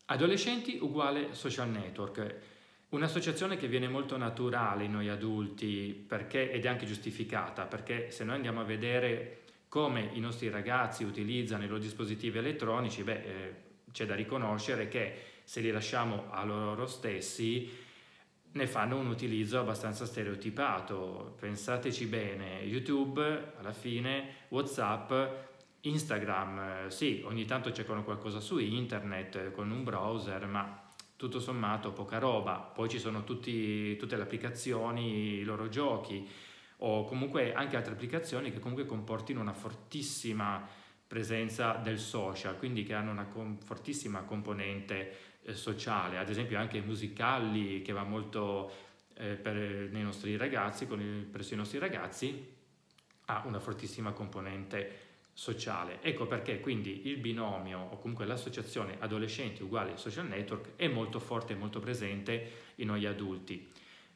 Adolescenti uguale social network. Un'associazione che viene molto naturale in noi adulti ed è anche giustificata, perché se noi andiamo a vedere come i nostri ragazzi utilizzano i loro dispositivi elettronici, c'è da riconoscere che se li lasciamo a loro stessi ne fanno un utilizzo abbastanza stereotipato. Pensateci bene, YouTube alla fine, WhatsApp, Instagram, sì, ogni tanto cercano qualcosa su internet con un browser, ma tutto sommato poca roba. Poi ci sono tutte le applicazioni, i loro giochi o comunque anche altre applicazioni che comunque comportino una fortissima presenza del social, quindi che hanno una fortissima componente sociale, ad esempio anche musicali, che va molto nei nostri ragazzi, presso i nostri ragazzi, ha una fortissima componente sociale. Ecco perché quindi il binomio o comunque l'associazione adolescenti uguale social network è molto forte e molto presente in noi adulti.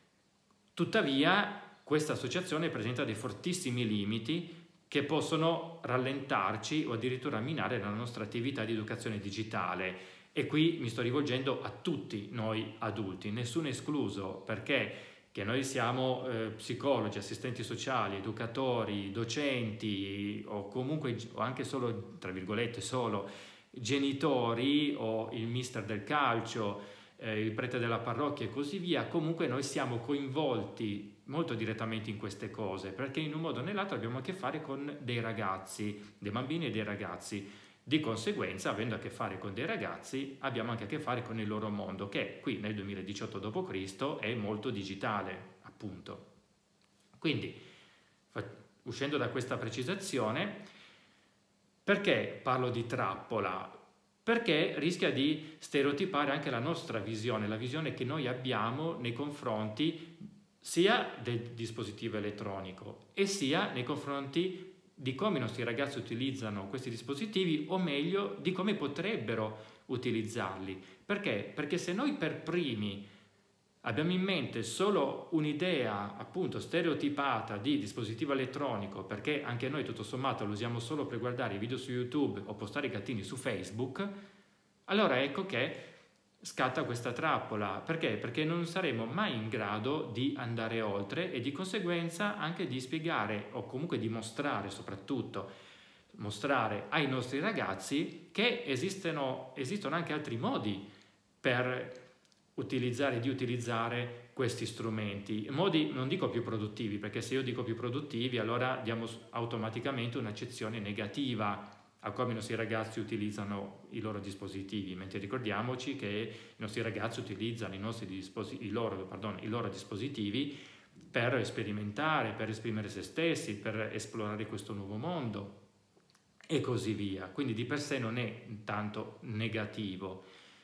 Tuttavia questa associazione presenta dei fortissimi limiti che possono rallentarci o addirittura minare la nostra attività di educazione digitale. E qui mi sto rivolgendo a tutti noi adulti, nessuno escluso, perché che noi siamo psicologi, assistenti sociali, educatori, docenti o comunque o anche solo, tra virgolette, solo genitori o il mister del calcio, il prete della parrocchia e così via, comunque noi siamo coinvolti molto direttamente in queste cose, perché in un modo o nell'altro abbiamo a che fare con dei ragazzi, dei bambini e dei ragazzi. Di conseguenza, avendo a che fare con dei ragazzi, abbiamo anche a che fare con il loro mondo, che qui nel 2018 d.C. è molto digitale, appunto. Quindi, uscendo da questa precisazione, perché parlo di trappola? Perché rischia di stereotipare anche la nostra visione, la visione che noi abbiamo nei confronti sia del dispositivo elettronico e sia nei confronti di come i nostri ragazzi utilizzano questi dispositivi, o meglio di come potrebbero utilizzarli. Perché? Perché se noi per primi abbiamo in mente solo un'idea appunto stereotipata di dispositivo elettronico, perché anche noi tutto sommato lo usiamo solo per guardare i video su YouTube o postare i gattini su Facebook, allora ecco che scatta questa trappola. Perché? Perché non saremo mai in grado di andare oltre e di conseguenza anche di spiegare o comunque di mostrare, soprattutto mostrare ai nostri ragazzi che esistono anche altri modi per utilizzare questi strumenti. Modi non dico più produttivi, perché se io dico più produttivi allora diamo automaticamente un'accezione negativa a come i nostri ragazzi utilizzano i loro dispositivi, mentre ricordiamoci che i nostri ragazzi utilizzano i loro dispositivi per sperimentare, per esprimere se stessi, per esplorare questo nuovo mondo e così via. Quindi di per sé non è tanto negativo.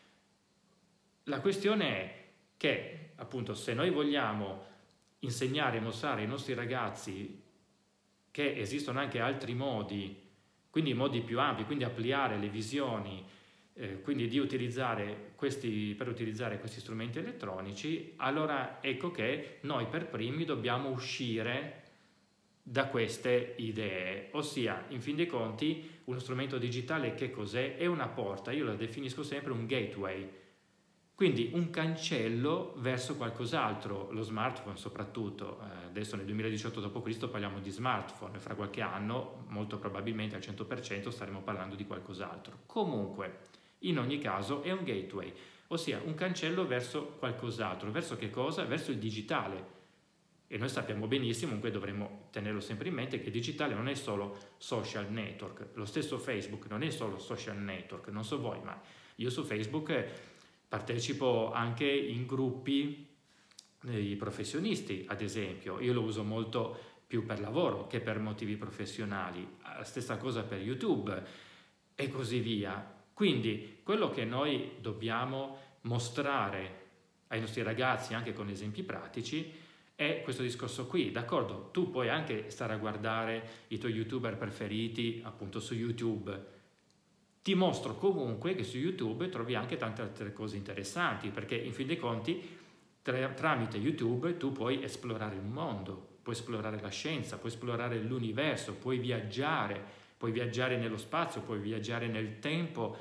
La questione è che, appunto, se noi vogliamo insegnare e mostrare ai nostri ragazzi che esistono anche altri modi, quindi modi più ampi, quindi ampliare le visioni, quindi per utilizzare questi strumenti elettronici, allora ecco che noi per primi dobbiamo uscire da queste idee, ossia, in fin dei conti, uno strumento digitale che cos'è? È una porta, io la definisco sempre un gateway, quindi un cancello verso qualcos'altro, lo smartphone soprattutto. Adesso nel 2018 d.C. parliamo di smartphone, fra qualche anno molto probabilmente al 100% staremo parlando di qualcos'altro. Comunque, in ogni caso è un gateway, ossia un cancello verso qualcos'altro. Verso che cosa? Verso il digitale. E noi sappiamo benissimo, comunque dovremmo tenerlo sempre in mente, che il digitale non è solo social network. Lo stesso Facebook non è solo social network, non so voi, ma io su Facebook partecipo anche in gruppi di professionisti, ad esempio. Io lo uso molto più per lavoro che per motivi professionali. La stessa cosa per YouTube e così via. Quindi quello che noi dobbiamo mostrare ai nostri ragazzi anche con esempi pratici è questo discorso qui. D'accordo, tu puoi anche stare a guardare i tuoi YouTuber preferiti appunto su YouTube. Ti mostro comunque che su YouTube trovi anche tante altre cose interessanti, perché in fin dei conti tramite YouTube tu puoi esplorare il mondo, puoi esplorare la scienza, puoi esplorare l'universo, puoi viaggiare nello spazio, puoi viaggiare nel tempo,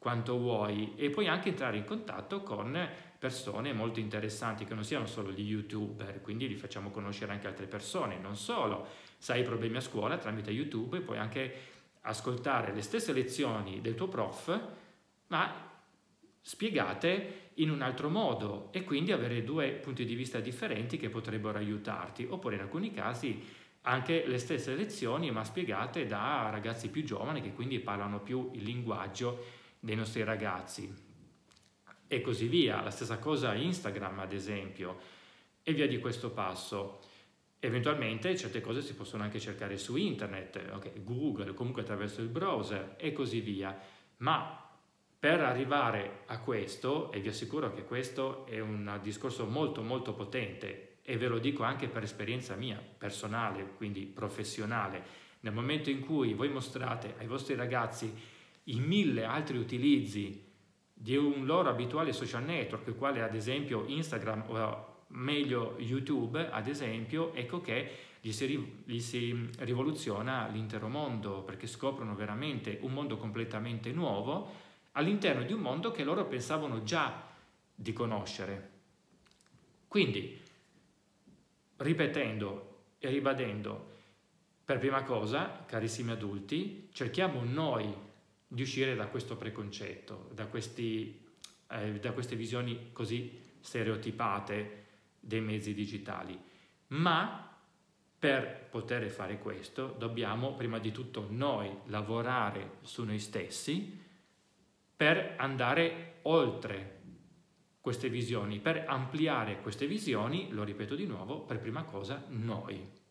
quanto vuoi, e puoi anche entrare in contatto con persone molto interessanti che non siano solo gli YouTuber, quindi li facciamo conoscere anche altre persone. Non solo, se hai problemi a scuola, tramite YouTube puoi anche ascoltare le stesse lezioni del tuo prof, ma spiegate in un altro modo, e quindi avere due punti di vista differenti che potrebbero aiutarti, oppure in alcuni casi anche le stesse lezioni ma spiegate da ragazzi più giovani che quindi parlano più il linguaggio dei nostri ragazzi, e così via. La stessa cosa Instagram, ad esempio, e via di questo passo. Eventualmente certe cose si possono anche cercare su internet, okay, Google, comunque attraverso il browser e così via, ma per arrivare a questo, e vi assicuro che questo è un discorso molto molto potente, e ve lo dico anche per esperienza mia, personale, quindi professionale, nel momento in cui voi mostrate ai vostri ragazzi i 1000 altri utilizzi di un loro abituale social network, quale ad esempio Instagram o meglio YouTube, ad esempio, ecco che gli si rivoluziona l'intero mondo, perché scoprono veramente un mondo completamente nuovo all'interno di un mondo che loro pensavano già di conoscere. Quindi, ripetendo e ribadendo, per prima cosa, carissimi adulti, cerchiamo noi di uscire da questo preconcetto, da queste visioni così stereotipate dei mezzi digitali, ma per poter fare questo dobbiamo prima di tutto noi lavorare su noi stessi per andare oltre queste visioni, per ampliare queste visioni, lo ripeto di nuovo, per prima cosa noi.